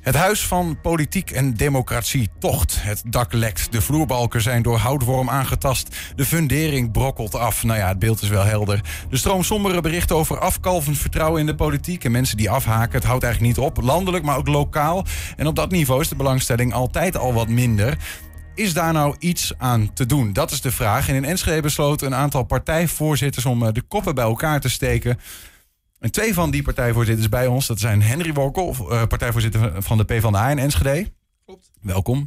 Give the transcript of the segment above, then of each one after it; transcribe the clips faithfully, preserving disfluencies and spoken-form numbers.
Het huis van politiek en democratie tocht. Het dak lekt, de vloerbalken zijn door houtworm aangetast. De fundering brokkelt af. Nou ja, het beeld is wel helder. De stroom sombere berichten over afkalvend vertrouwen in de politiek. En mensen die afhaken, het houdt eigenlijk niet op. Landelijk, maar ook lokaal. En op dat niveau is de belangstelling altijd al wat minder. Is daar nou iets aan te doen? Dat is de vraag. En in Enschede besloten een aantal partijvoorzitters om de koppen bij elkaar te steken. En twee van die partijvoorzitters bij ons, dat zijn Henry Workel, partijvoorzitter van de PvdA in Enschede. Klopt. Welkom.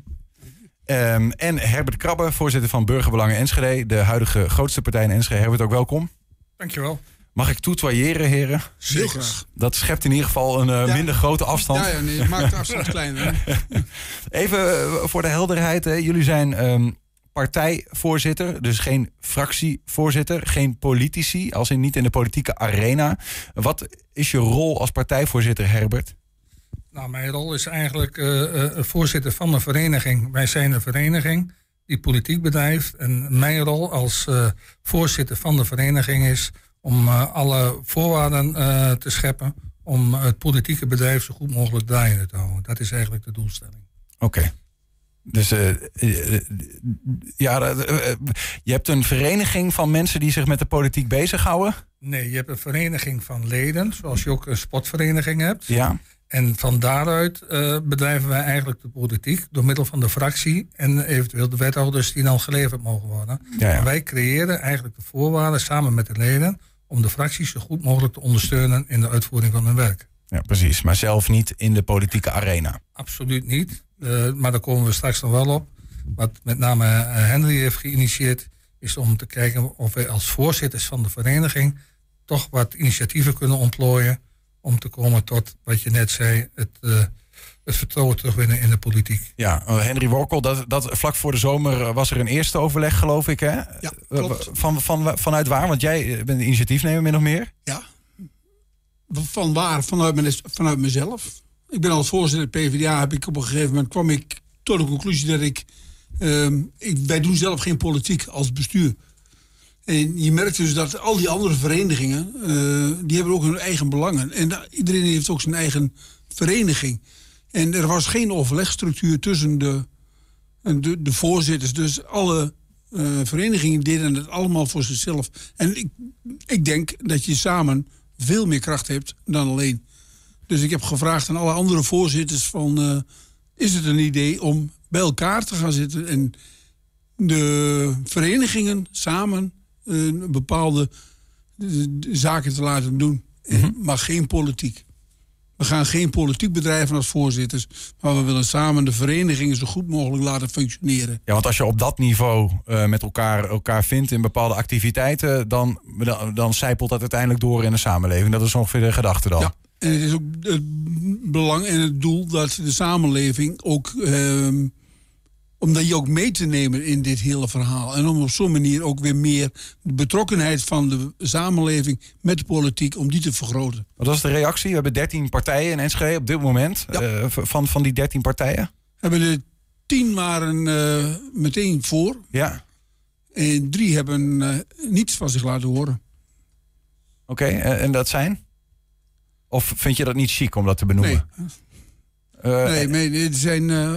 Um, en Herbert Krabbe, voorzitter van Burgerbelangen Enschede, de huidige grootste partij in Enschede. Herbert, ook welkom. Dankjewel. Mag ik toetoyeren, heren? Zeker graag. Dat schept in ieder geval een uh, ja. minder grote afstand. Ja, ja nee, je maakt de afstand kleiner. Even uh, voor de helderheid. Hè. Jullie zijn um, partijvoorzitter, dus geen fractievoorzitter, geen politici, als in niet in de politieke arena. Wat is je rol als partijvoorzitter, Herbert? Nou, mijn rol is eigenlijk uh, uh, voorzitter van een vereniging. Wij zijn een vereniging die politiek bedrijft. En mijn rol als uh, voorzitter van de vereniging is om uh, alle voorwaarden uh, te scheppen om het politieke bedrijf zo goed mogelijk draaiende te houden. Dat is eigenlijk de doelstelling. Oké. Okay. Dus uh, uh, ja, uh, uh, je hebt een vereniging van mensen die zich met de politiek bezighouden? Nee, je hebt een vereniging van leden, zoals je ook een sportvereniging hebt. Ja. En van daaruit uh, bedrijven wij eigenlijk de politiek door middel van de fractie en eventueel de wethouders die dan geleverd mogen worden. Ja, ja. Wij creëren eigenlijk de voorwaarden samen met de leden om de fracties zo goed mogelijk te ondersteunen in de uitvoering van hun werk. Ja, precies. Maar zelf niet in de politieke arena. Absoluut niet. Uh, maar daar komen we straks nog wel op. Wat met name uh, Henry heeft geïnitieerd is om te kijken of wij als voorzitters van de vereniging toch wat initiatieven kunnen ontplooien om te komen tot, wat je net zei, het, uh, het vertrouwen terugwinnen in de politiek. Ja, uh, Henry Workel, dat, dat, vlak voor de zomer was er een eerste overleg, geloof ik, hè? Ja, klopt. Van, van, vanuit waar? Want jij bent de initiatiefnemer, min of meer? Ja. Van waar? Vanuit, mijn, vanuit mezelf. Ik ben als voorzitter PvdA, heb ik op een gegeven moment kwam ik tot de conclusie dat ik, um, ik... Wij doen zelf geen politiek als bestuur. En je merkt dus dat al die andere verenigingen, uh, die hebben ook hun eigen belangen. En da- iedereen heeft ook zijn eigen vereniging. En er was geen overlegstructuur tussen de, de, de voorzitters. Dus alle uh, verenigingen deden het allemaal voor zichzelf. En ik, ik denk dat je samen veel meer kracht hebt dan alleen. Dus ik heb gevraagd aan alle andere voorzitters van, uh, is het een idee om bij elkaar te gaan zitten en de verenigingen samen uh, bepaalde uh, zaken te laten doen. Mm-hmm. Maar geen politiek. We gaan geen politiek bedrijven als voorzitters, maar we willen samen de verenigingen zo goed mogelijk laten functioneren. Ja, want als je op dat niveau uh, met elkaar, elkaar vindt in bepaalde activiteiten, dan, dan, dan zijpelt dat uiteindelijk door in de samenleving. Dat is ongeveer de gedachte dan. Ja, en het is ook het belang en het doel dat de samenleving ook, um, om dat je ook mee te nemen in dit hele verhaal. En om op zo'n manier ook weer meer de betrokkenheid van de samenleving met de politiek, om die te vergroten. Wat was de reactie? We hebben dertien partijen in Enschede op dit moment. Ja. Uh, van, van die dertien partijen? We hebben er tien waren uh, meteen voor. Ja. En drie hebben uh, niets van zich laten horen. Oké, okay, uh, en dat zijn? Of vind je dat niet chic om dat te benoemen? Nee, uh, nee, nee er zijn... Uh,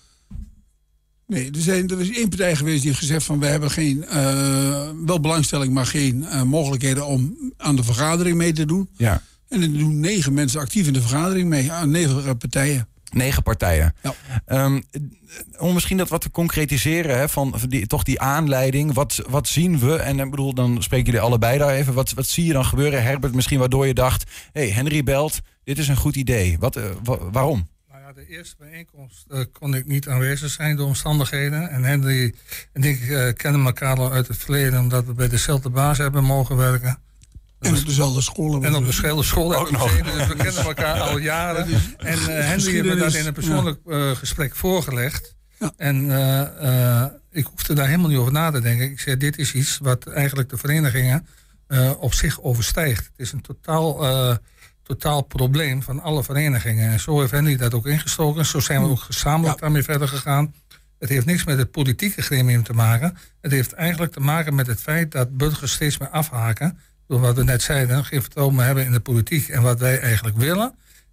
Nee, er, zijn, er is één partij geweest die heeft gezegd van... we hebben geen, uh, wel belangstelling, maar geen uh, mogelijkheden om aan de vergadering mee te doen. Ja. En er doen negen mensen actief in de vergadering mee, aan negen partijen. Negen partijen. Ja. Um, om misschien dat wat te concretiseren, hè, van die, toch die aanleiding. Wat, wat zien we? En ik bedoel, dan spreken jullie allebei daar even. Wat, wat zie je dan gebeuren, Herbert, misschien waardoor je dacht... hé, hey, Henry belt, dit is een goed idee. Wat, uh, wa- waarom? De eerste bijeenkomst uh, kon ik niet aanwezig zijn door omstandigheden. En Henry en ik uh, kennen elkaar al uit het verleden, omdat we bij dezelfde baas hebben mogen werken. En op dezelfde school. En op dezelfde school ook nog. Gezeten, dus we kennen elkaar al jaren. En uh, Henry heeft me dat in een persoonlijk uh, gesprek voorgelegd. Ja. En uh, uh, ik hoefde daar helemaal niet over na te denken. Ik zei, dit is iets wat eigenlijk de verenigingen uh, op zich overstijgt. Het is een totaal... Uh, totaal probleem van alle verenigingen. En zo heeft Henry dat ook ingestoken. Zo zijn we ook gezamenlijk ja. daarmee verder gegaan. Het heeft niks met het politieke gremium te maken. Het heeft eigenlijk te maken met het feit dat burgers steeds meer afhaken. Door wat we net zeiden, geen vertrouwen meer hebben in de politiek. En wat wij eigenlijk willen,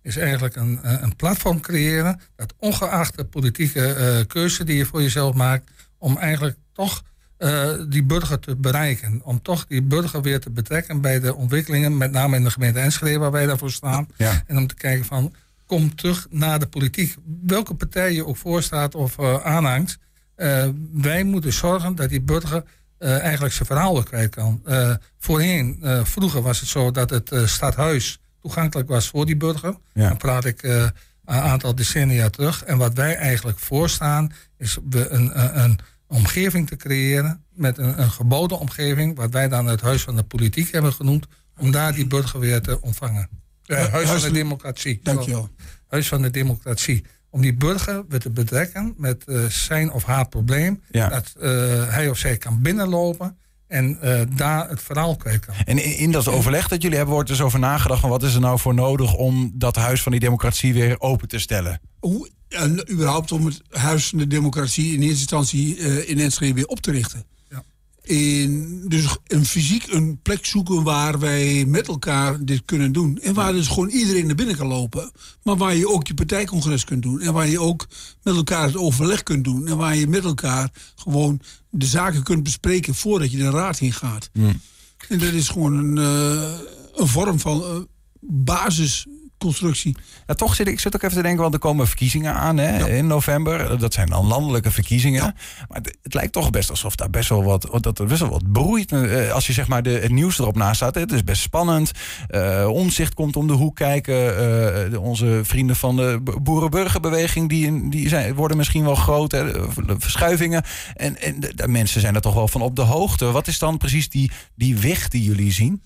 is eigenlijk een, een platform creëren, dat ongeacht de politieke uh, keuze die je voor jezelf maakt, om eigenlijk toch uh, die burger te bereiken. Om toch die burger weer te betrekken bij de ontwikkelingen, met name in de gemeente Enschede waar wij daarvoor staan. Ja. En om te kijken van, kom terug naar de politiek. Welke partij je ook voorstaat of uh, aanhangt. Uh, wij moeten zorgen dat die burger uh, eigenlijk zijn verhaal weer kwijt kan. Uh, voorheen, uh, vroeger was het zo dat het uh, stadhuis toegankelijk was voor die burger. Ja. Dan praat ik uh, een aantal decennia terug. En wat wij eigenlijk voorstaan is een, een, een omgeving te creëren met een, een geboden omgeving, wat wij dan het Huis van de Politiek hebben genoemd, om daar die burger weer te ontvangen. Uh, Huis, Huis van de Democratie. Dankjewel. Huis van de Democratie. Om die burger weer te betrekken met uh, zijn of haar probleem. Ja. Dat uh, hij of zij kan binnenlopen en uh, daar het verhaal kwijt kan. En in, in dat overleg dat jullie hebben, wordt dus over nagedacht van wat is er nou voor nodig om dat Huis van die Democratie weer open te stellen? Hoe, en überhaupt om het Huis van de Democratie in eerste instantie uh, in Enschede weer op te richten. Ja. In, dus een fysiek een plek zoeken waar wij met elkaar dit kunnen doen. En waar dus gewoon iedereen naar binnen kan lopen. Maar waar je ook je partijcongres kunt doen. En waar je ook met elkaar het overleg kunt doen. En waar je met elkaar gewoon de zaken kunt bespreken voordat je de raad in gaat. Mm. En dat is gewoon een, uh, een vorm van uh, basisconstructie. Ja, toch zit ik, ik zit ook even te denken, want er komen verkiezingen aan hè, ja. in november. Dat zijn dan landelijke verkiezingen. Ja. Maar het, het lijkt toch best alsof daar best wel wat, dat er best wel wat broeit. Als je zeg maar de, het nieuws erop naast staat. Het is best spannend. Uh, Omtzigt komt om de hoek kijken. Uh, de, onze vrienden van de boerenburgerbeweging, die, die zijn, worden misschien wel groot. Hè, verschuivingen. En, en de, de mensen zijn er toch wel van op de hoogte. Wat is dan precies die, die weg die jullie zien?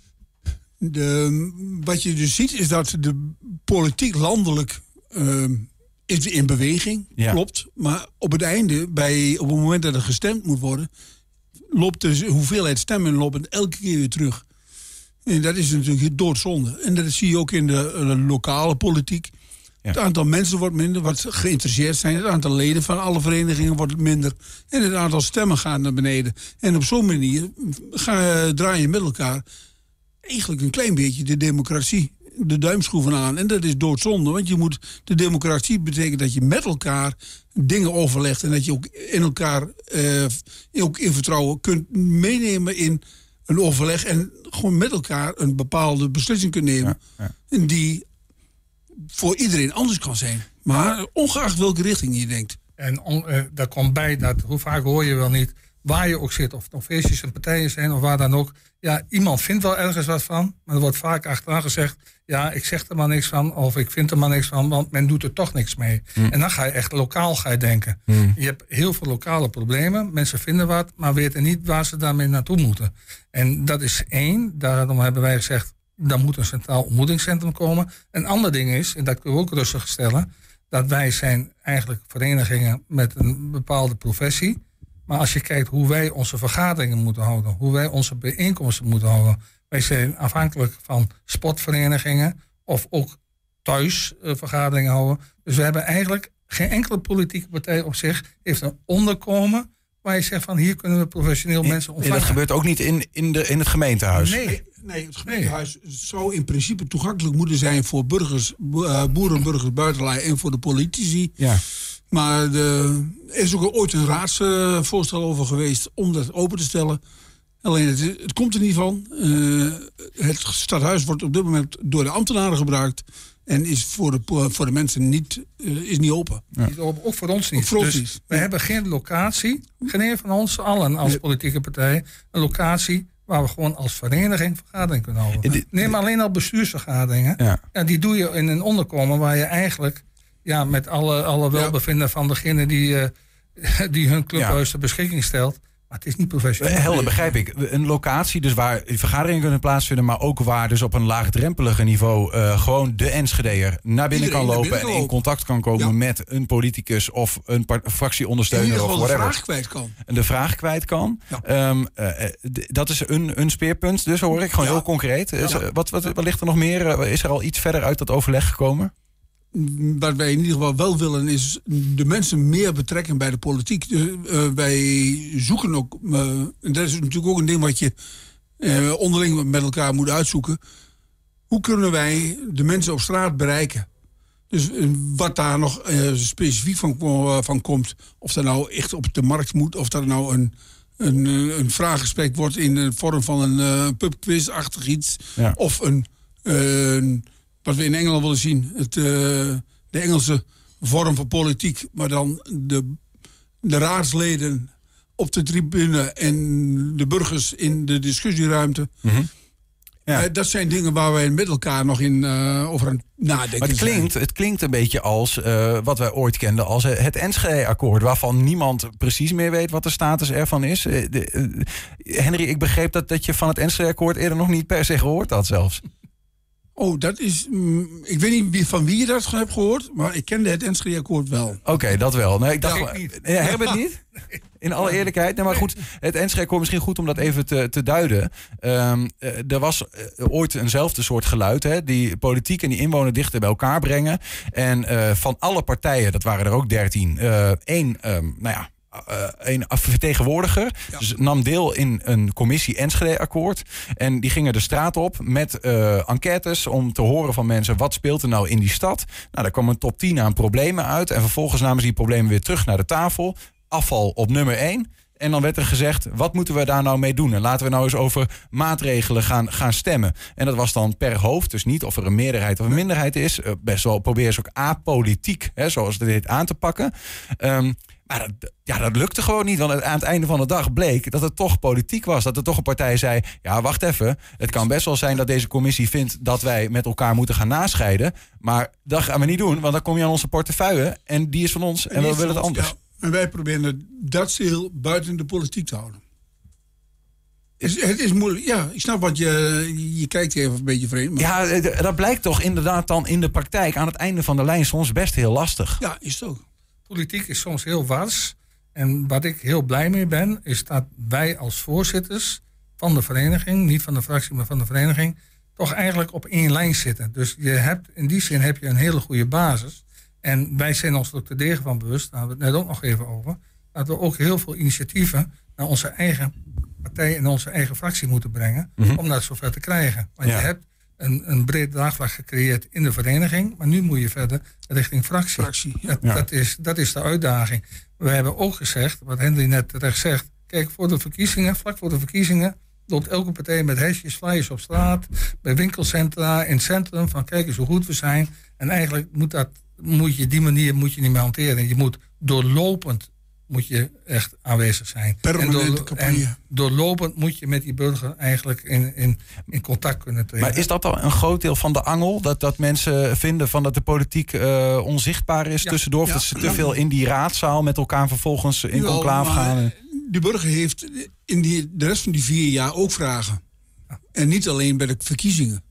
De, wat je dus ziet is dat de politiek landelijk uh, is in beweging, ja. klopt. Maar op het einde, bij, op het moment dat er gestemd moet worden, loopt de hoeveelheid stemmen loopt elke keer weer terug. En dat is natuurlijk doodzonde. En dat zie je ook in de, de lokale politiek. Ja. Het aantal mensen wordt minder, wat geïnteresseerd zijn. Het aantal leden van alle verenigingen wordt minder. En het aantal stemmen gaat naar beneden. En op zo'n manier ga, draai je met elkaar eigenlijk een klein beetje de democratie, de duimschroeven aan. En dat is doodzonde, want je moet, de democratie betekent dat je met elkaar dingen overlegt. En dat je ook in elkaar, uh, ook in vertrouwen kunt meenemen in een overleg. En gewoon met elkaar een bepaalde beslissing kunt nemen. Ja, ja. En die voor iedereen anders kan zijn. Maar ongeacht welke richting je denkt. En on, uh, daar komt bij dat, hoe vaak hoor je wel niet, waar je ook zit, of het nog feestjes en partijen zijn of waar dan ook. Ja, iemand vindt wel ergens wat van, maar er wordt vaak achteraan gezegd, ja, ik zeg er maar niks van, of ik vind er maar niks van, want men doet er toch niks mee. Mm. En dan ga je echt lokaal ga je denken. Mm. Je hebt heel veel lokale problemen, mensen vinden wat, maar weten niet waar ze daarmee naartoe moeten. En dat is één, daarom hebben wij gezegd, daar moet een centraal ontmoetingscentrum komen. Een ander ding is, en dat kunnen we ook rustig stellen, dat wij zijn eigenlijk verenigingen met een bepaalde professie. Maar als je kijkt hoe wij onze vergaderingen moeten houden, hoe wij onze bijeenkomsten moeten houden. Wij zijn afhankelijk van sportverenigingen of ook thuis uh, vergaderingen houden. Dus we hebben eigenlijk geen enkele politieke partij op zich heeft een onderkomen waar je zegt van hier kunnen we professioneel mensen ontvangen. En dat gebeurt ook niet in, in, de, in het gemeentehuis? Nee. Nee, het gemeentehuis nee. zou in principe toegankelijk moeten zijn voor burgers, uh, boerenburgers, buitenlui en voor de politici. Ja. Maar er is ook ooit een raadsvoorstel over geweest om dat open te stellen. Alleen het, het komt er niet van. Uh, het stadhuis wordt op dit moment door de ambtenaren gebruikt. En is voor de, voor de mensen niet, uh, is niet open. Ja. Niet open. Ook voor ons niet. Voor ons dus niet. We ja. hebben geen locatie. Geen een van ons allen als nee. politieke partij. Een locatie waar we gewoon als vereniging vergadering kunnen houden. Neem alleen al bestuursvergaderingen. Ja. Ja, die doe je in een onderkomen waar je eigenlijk ja, met alle, alle welbevinden ja. van degene die, uh, die hun clubhuis ja. ter beschikking stelt. Maar het is niet professioneel. Helder, begrijp ik. Een locatie dus waar vergaderingen kunnen plaatsvinden, maar ook waar dus op een laagdrempeliger niveau uh, gewoon de Enschedeër naar binnen Iedereen kan lopen binnen en in contact kan komen ja. met een politicus of een fractieondersteuner of whatever. de vraag kwijt kan. En de vraag kwijt kan. Ja. Um, uh, d- dat is een, een speerpunt, dus hoor ik gewoon ja. heel concreet. Ja. Is, wat, wat, wat ligt er nog meer? Is er al iets verder uit dat overleg gekomen? Wat wij in ieder geval wel willen is de mensen meer betrekken bij de politiek. Uh, wij zoeken ook, uh, en dat is natuurlijk ook een ding wat je uh, onderling met elkaar moet uitzoeken. Hoe kunnen wij de mensen op straat bereiken? Dus wat daar nog uh, specifiek van, uh, van komt... of dat nou echt op de markt moet... of dat nou een, een, een vraaggesprek wordt... in de vorm van een uh, pubquiz-achtig iets... Ja. of een, uh, wat we in Engeland willen zien... Het, uh, de Engelse vorm van politiek... maar dan de, de raadsleden op de tribune... en de burgers in de discussieruimte... Mm-hmm. Ja. Uh, dat zijn dingen waar wij met elkaar nog in uh, over aan nadenken. Maar het klinkt, het klinkt een beetje als uh, wat wij ooit kenden als het Enschede-akkoord... waarvan niemand precies meer weet wat de status ervan is. Uh, de, uh, Henry, ik begreep dat, dat je van het Enschede-akkoord eerder nog niet per se gehoord had zelfs. Oh, dat is... Mm, ik weet niet wie, van wie je dat hebt gehoord... maar ik kende het Enschede-akkoord wel. Oké, okay, dat wel. Nee, ik dacht, ja, niet. Ja, Herbert niet? In alle eerlijkheid. Nee, maar goed, het Enschede-akkoord misschien goed om dat even te, te duiden. Um, uh, er was uh, ooit eenzelfde soort geluid. Hè, die politiek en die inwoner dichter bij elkaar brengen. En uh, van alle partijen, dat waren er ook dertien... Uh, één, um, nou ja... Uh, een vertegenwoordiger ja. dus nam deel in een commissie Enschede-akkoord. En die gingen de straat op met uh, enquêtes om te horen van mensen... wat speelt er nou in die stad? Nou, daar kwam een top tien aan problemen uit. En vervolgens namen ze die problemen weer terug naar de tafel. Afval op nummer één. En dan werd er gezegd, wat moeten we daar nou mee doen? En laten we nou eens over maatregelen gaan, gaan stemmen. En dat was dan per hoofd, dus niet of er een meerderheid of een minderheid is. Uh, best wel proberen ze ook apolitiek, hè, zoals het heet, aan te pakken. Um, Maar dat, ja, dat lukte gewoon niet. Want aan het einde van de dag bleek dat het toch politiek was. Dat er toch een partij zei, ja, wacht even. Het kan best wel zijn dat deze commissie vindt... dat wij met elkaar moeten gaan nascheiden. Maar dat gaan we niet doen, want dan kom je aan onze portefeuille... en die is van ons en, en we willen het anders. Ja, en wij proberen dat stil buiten de politiek te houden. Het is, het is moeilijk. Ja, ik snap wat je... Je kijkt even een beetje vreemd. Maar... Ja, dat blijkt toch inderdaad dan in de praktijk... aan het einde van de lijn soms best heel lastig. Ja, is het ook. Politiek is soms heel wars. En wat ik heel blij mee ben, is dat wij als voorzitters van de vereniging, niet van de fractie, maar van de vereniging, toch eigenlijk op één lijn zitten. Dus je hebt, in die zin heb je een hele goede basis. En wij zijn ons er ook te degen van bewust, daar hadden we het net ook nog even over, dat we ook heel veel initiatieven naar onze eigen partij en onze eigen fractie moeten brengen, mm-hmm. om dat zover te krijgen. Want ja. je hebt Een, een breed draagvlak gecreëerd in de vereniging. Maar nu moet je verder richting fractie. fractie ja. dat, ja. dat, is, dat is de uitdaging. We hebben ook gezegd, wat Henry net terecht zegt... kijk, voor de verkiezingen, vlak voor de verkiezingen... loopt elke partij met hesjes, flyers op straat... bij winkelcentra, in het centrum... van kijk eens hoe goed we zijn. En eigenlijk moet, dat, moet je die manier moet je niet meer hanteren. Je moet doorlopend moet je echt aanwezig zijn. Permanente en door, campagne. En doorlopend moet je met die burger eigenlijk in, in, in contact kunnen treden. Maar is dat al een groot deel van de angel? Dat, dat mensen vinden van dat de politiek uh, onzichtbaar is ja. tussendoor? Of ja. dat ze te ja. veel in die raadzaal met elkaar vervolgens in Jawel, conclave gaan? De burger heeft in die, de rest van die vier jaar ook vragen. Ja. En niet alleen bij de verkiezingen.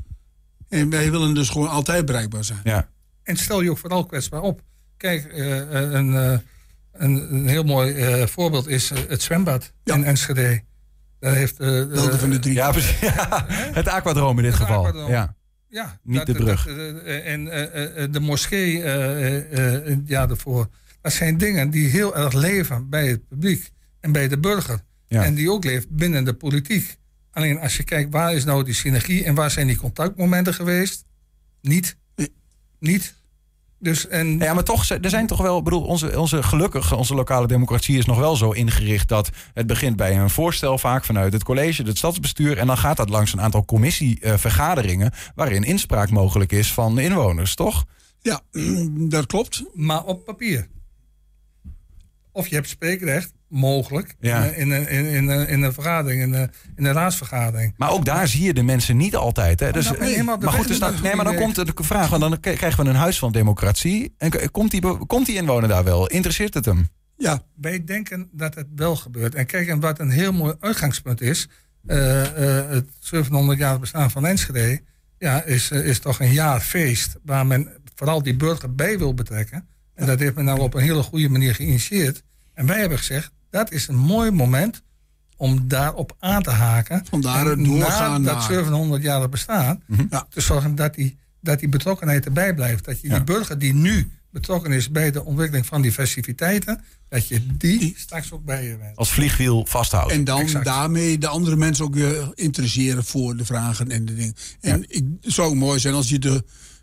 En wij willen dus gewoon altijd bereikbaar zijn. Ja. En stel je ook vooral kwetsbaar op. Kijk, uh, een... Uh, Een, een heel mooi uh, voorbeeld is uh, het zwembad ja. in Enschede. Daar heeft, uh, Welke van de drie? Ja, precies. Ja, het aquadroom in dit het geval. Aquadroom. Ja. Ja, niet dat, de brug. Dat, uh, en uh, uh, de moskee uh, uh, uh, ja, daarvoor. Dat zijn dingen die heel erg leven bij het publiek en bij de burger. Ja. En die ook leeft binnen de politiek. Alleen als je kijkt, waar is nou die synergie en waar zijn die contactmomenten geweest? Niet. Nee. Niet. Dus en... Ja, maar toch, er zijn toch wel, bedoel, onze, onze gelukkig, onze lokale democratie is nog wel zo ingericht dat het begint bij een voorstel vaak vanuit het college, het stadsbestuur, en dan gaat dat langs een aantal commissievergaderingen waarin inspraak mogelijk is van de inwoners, toch? Ja, dat klopt. Maar op papier. Of je hebt spreekrecht, mogelijk, ja. in, in, in, in, in een vergadering, in een, in een raadsvergadering. Maar ook daar zie je de mensen niet altijd. Hè? Dus, nee, maar goed, dus dan, nee, maar dan komt de vraag, want dan krijgen we een huis van democratie. En komt die, komt die inwoner daar wel? Interesseert het hem? Ja, wij denken dat het wel gebeurt. En kijk, en wat een heel mooi uitgangspunt is, uh, uh, het zevenhonderd jaar bestaan van Enschede, ja, is, uh, is toch een jaarfeest waar men vooral die burger bij wil betrekken. En ja. dat heeft men nou op een hele goede manier geïnitieerd. En wij hebben gezegd, dat is een mooi moment om daarop aan te haken. Vandaar het doorgaan na dat zevenhonderd jaar bestaan. Mm-hmm. Ja, te zorgen dat die, dat die betrokkenheid erbij blijft. Dat je ja. die burger die nu betrokken is bij de ontwikkeling van die festiviteiten, dat je die, die straks ook bij je bent. Als vliegwiel vasthouden. En dan exact. daarmee de andere mensen ook weer interesseren voor de vragen en de dingen. En ja. ik, het zou mooi zijn als je de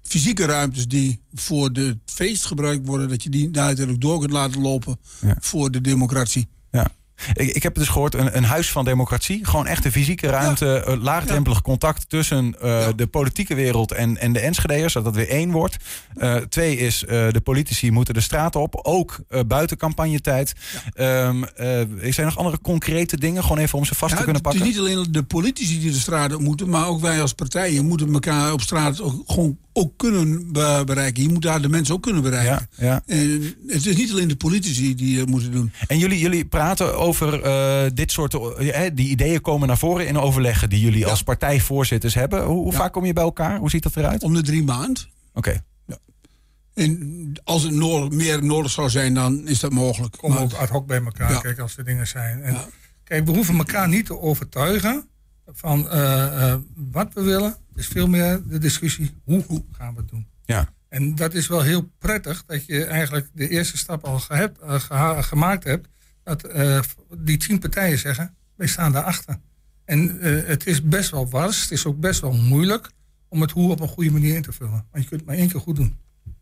fysieke ruimtes die voor de, het feest gebruikt worden, dat je die daar natuurlijk door kunt laten lopen ja. voor de democratie. Ja. Ik, ik heb het dus gehoord, een, een huis van democratie. Gewoon echt een fysieke ruimte, ja. laagdrempelig contact tussen uh, ja. de politieke wereld en, en de Enschedeërs, zodat het weer één wordt. Uh, twee is, uh, de politici moeten de straat op, ook uh, buiten campagnetijd. Ja. Um, uh, zijn er nog andere concrete dingen, gewoon even om ze vast ja, te kunnen pakken? Het is niet alleen de politici die de straat op moeten, maar ook wij als partijen moeten elkaar op straat ook, gewoon ook kunnen bereiken. Je moet daar de mensen ook kunnen bereiken. Ja, ja. En het is niet alleen de politici die het moeten doen. En jullie, jullie praten over uh, dit soort, uh, die ideeën komen naar voren in overleggen die jullie ja. als partijvoorzitters hebben. Hoe, hoe ja. vaak kom je bij elkaar? Hoe ziet dat eruit? Om de drie maanden. Oké. Okay. Ja. En als het nodig, meer nodig zou zijn, dan is dat mogelijk. Kom maar ook ad hoc bij elkaar, ja. kijk, als er dingen zijn. En, ja. Kijk, we hoeven elkaar niet te overtuigen van uh, uh, wat we willen. Het is veel meer de discussie, hoe, hoe gaan we het doen? Ja. En dat is wel heel prettig dat je eigenlijk de eerste stap al gehebt, uh, geha- gemaakt hebt. Dat uh, die tien partijen zeggen, wij staan daarachter. En uh, het is best wel wars, het is ook best wel moeilijk om het hoe op een goede manier in te vullen. Want je kunt het maar één keer goed doen.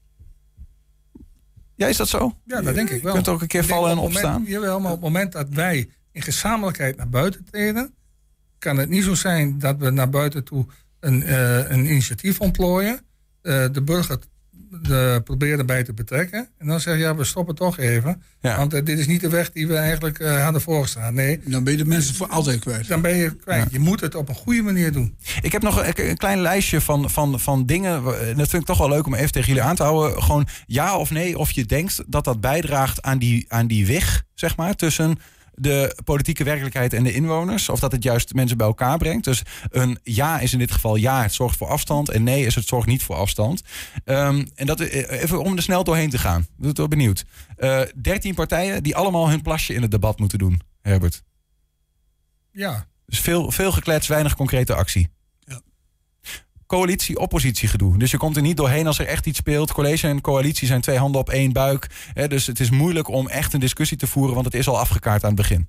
Ja, is dat zo? Ja, dat denk ik wel. Je kunt ook een keer vallen en opstaan? Moment, jawel, maar op het moment dat wij in gezamenlijkheid naar buiten treden, kan het niet zo zijn dat we naar buiten toe een, uh, een initiatief ontplooien. Uh, de burger de, proberen erbij te betrekken. En dan zeg je, ja, we stoppen toch even. Ja. Want uh, dit is niet de weg die we eigenlijk uh, hadden voorgestaan. Nee. Dan ben je de mensen voor altijd kwijt. Dan ben je kwijt. Ja. Je moet het op een goede manier doen. Ik heb nog een, een klein lijstje van, van, van dingen. Dat vind ik toch wel leuk om even tegen jullie aan te houden. Gewoon ja of nee, of je denkt dat dat bijdraagt aan die, aan die weg, zeg maar, tussen de politieke werkelijkheid en de inwoners. Of dat het juist mensen bij elkaar brengt. Dus een ja is in dit geval ja, het zorgt voor afstand. En nee is het zorgt niet voor afstand. Um, en dat even om er snel doorheen te gaan. Ik ben wel benieuwd. Uh, dertien partijen die allemaal hun plasje in het debat moeten doen. Herbert. Ja. Dus veel, veel geklets, weinig concrete actie. Ja. Coalitie-oppositiegedoe. Dus je komt er niet doorheen als er echt iets speelt. College en coalitie zijn twee handen op één buik. He, dus het is moeilijk om echt een discussie te voeren, want het is al afgekaart aan het begin.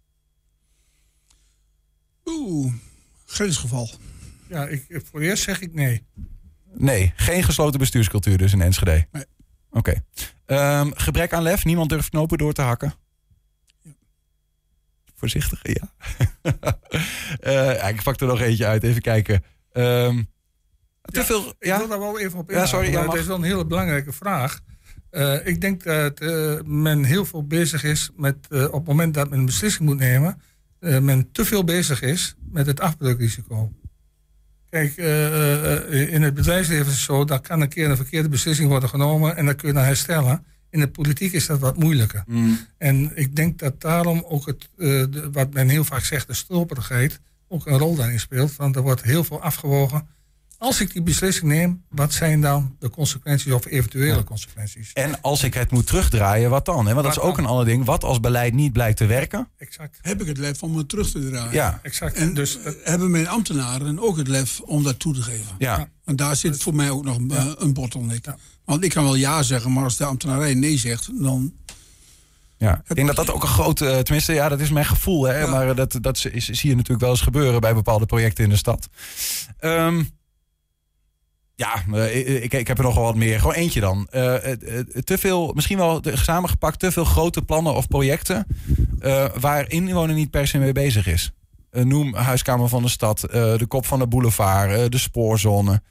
Oeh, grensgeval. Ja, ik, voor eerst zeg ik nee. Nee, geen gesloten bestuurscultuur dus in Enschede. Nee. Oké. Okay. Um, gebrek aan lef, niemand durft knopen door te hakken. Ja. Voorzichtig, ja. uh, ja. Ik pak er nog eentje uit, even kijken. Um, te ja, veel, ja? Ik wil daar wel even op ingaan. Ja, sorry, ja, dat is wel een hele belangrijke vraag. Uh, ik denk dat uh, men heel veel bezig is met, uh, op het moment dat men een beslissing moet nemen, uh, men te veel bezig is met het afbreukrisico. Kijk, uh, uh, in het bedrijfsleven is het zo, daar kan een keer een verkeerde beslissing worden genomen en dat kun je dan herstellen. In de politiek is dat wat moeilijker. Mm. En ik denk dat daarom ook het, uh, de, wat men heel vaak zegt, de stroperigheid, ook een rol daarin speelt. Want er wordt heel veel afgewogen. Als ik die beslissing neem, wat zijn dan de consequenties of eventuele ja. consequenties? En als ik het moet terugdraaien, wat dan? Hè? Want dat is ook dan? Een ander ding. Wat als beleid niet blijkt te werken? Exact. Heb ik het lef om het terug te draaien? Ja, exact. En dus, uh, hebben mijn ambtenaren ook het lef om dat toe te geven? Ja. En daar zit voor mij ook nog ja. uh, een bottleneck. Ja. Want ik kan wel ja zeggen, maar als de ambtenarij nee zegt, dan... Ja, ik denk dat dat ook een grote, uh, tenminste, ja, dat is mijn gevoel. Hè, ja. Maar dat, dat is, zie je natuurlijk wel eens gebeuren bij bepaalde projecten in de stad. Um, Ja, ik, ik heb er nogal wat meer. Gewoon eentje dan. Uh, te veel, misschien wel samengepakt, te veel grote plannen of projecten uh, waar inwoner niet per se mee bezig is. Uh, noem Huiskamer van de Stad, uh, de Kop van de Boulevard, uh, de spoorzone.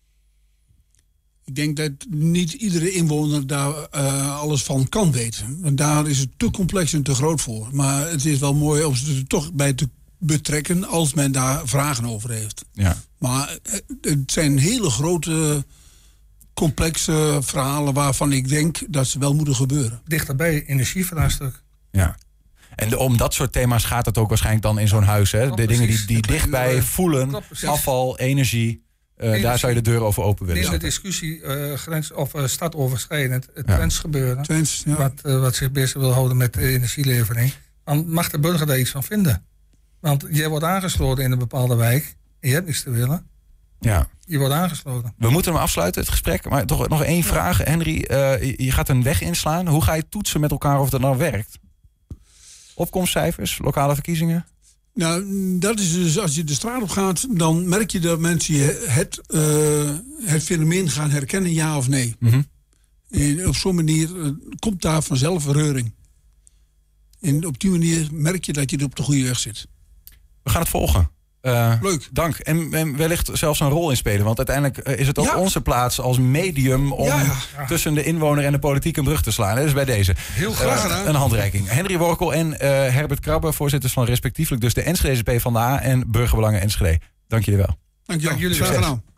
Ik denk dat niet iedere inwoner daar uh, alles van kan weten. Want daar is het te complex en te groot voor. Maar het is wel mooi om ze er toch bij te betrekken als men daar vragen over heeft. Ja. Maar het zijn hele grote, complexe verhalen waarvan ik denk dat ze wel moeten gebeuren. Dichterbij, energievraagstuk. Ja. En de, om dat soort thema's gaat het ook waarschijnlijk dan in zo'n huis. Hè? De dingen die, die dichtbij voelen, Klopt, afval, energie. Uh, energie. Daar zou je de deur over open willen zetten. In de discussie uh, grens, of uh, stadoverschrijdend, het ja. Twents-gebeuren. Twents, ja. wat, uh, wat zich bezig wil houden met de energielevering. Dan mag de burger daar iets van vinden. Want jij wordt aangesloten in een bepaalde wijk en je hebt niks te willen. Ja. Je wordt aangesloten. We moeten hem afsluiten, het gesprek. Maar toch nog één vraag, Henry. Uh, je gaat een weg inslaan. Hoe ga je toetsen met elkaar of dat nou werkt? Opkomstcijfers, lokale verkiezingen? Nou, dat is dus als je de straat op gaat, dan merk je dat mensen het, uh, het fenomeen gaan herkennen, ja of nee. Mm-hmm. En op zo'n manier uh, komt daar vanzelf reuring. En op die manier merk je dat je op de goede weg zit. We gaan het volgen. Uh, Leuk. Dank. En, en wellicht zelfs een rol in spelen. Want uiteindelijk is het ook ja. onze plaats als medium om ja, ja. tussen de inwoner en de politiek een brug te slaan. Dus bij deze. Heel graag gedaan. Uh, een handreiking. Henry Workel en uh, Herbert Krabbe, voorzitters van respectieflijk dus de Enschedeze PvdA en Burgerbelangen Enschede. Dank jullie wel. Dank, Dank jullie wel. Graag gedaan.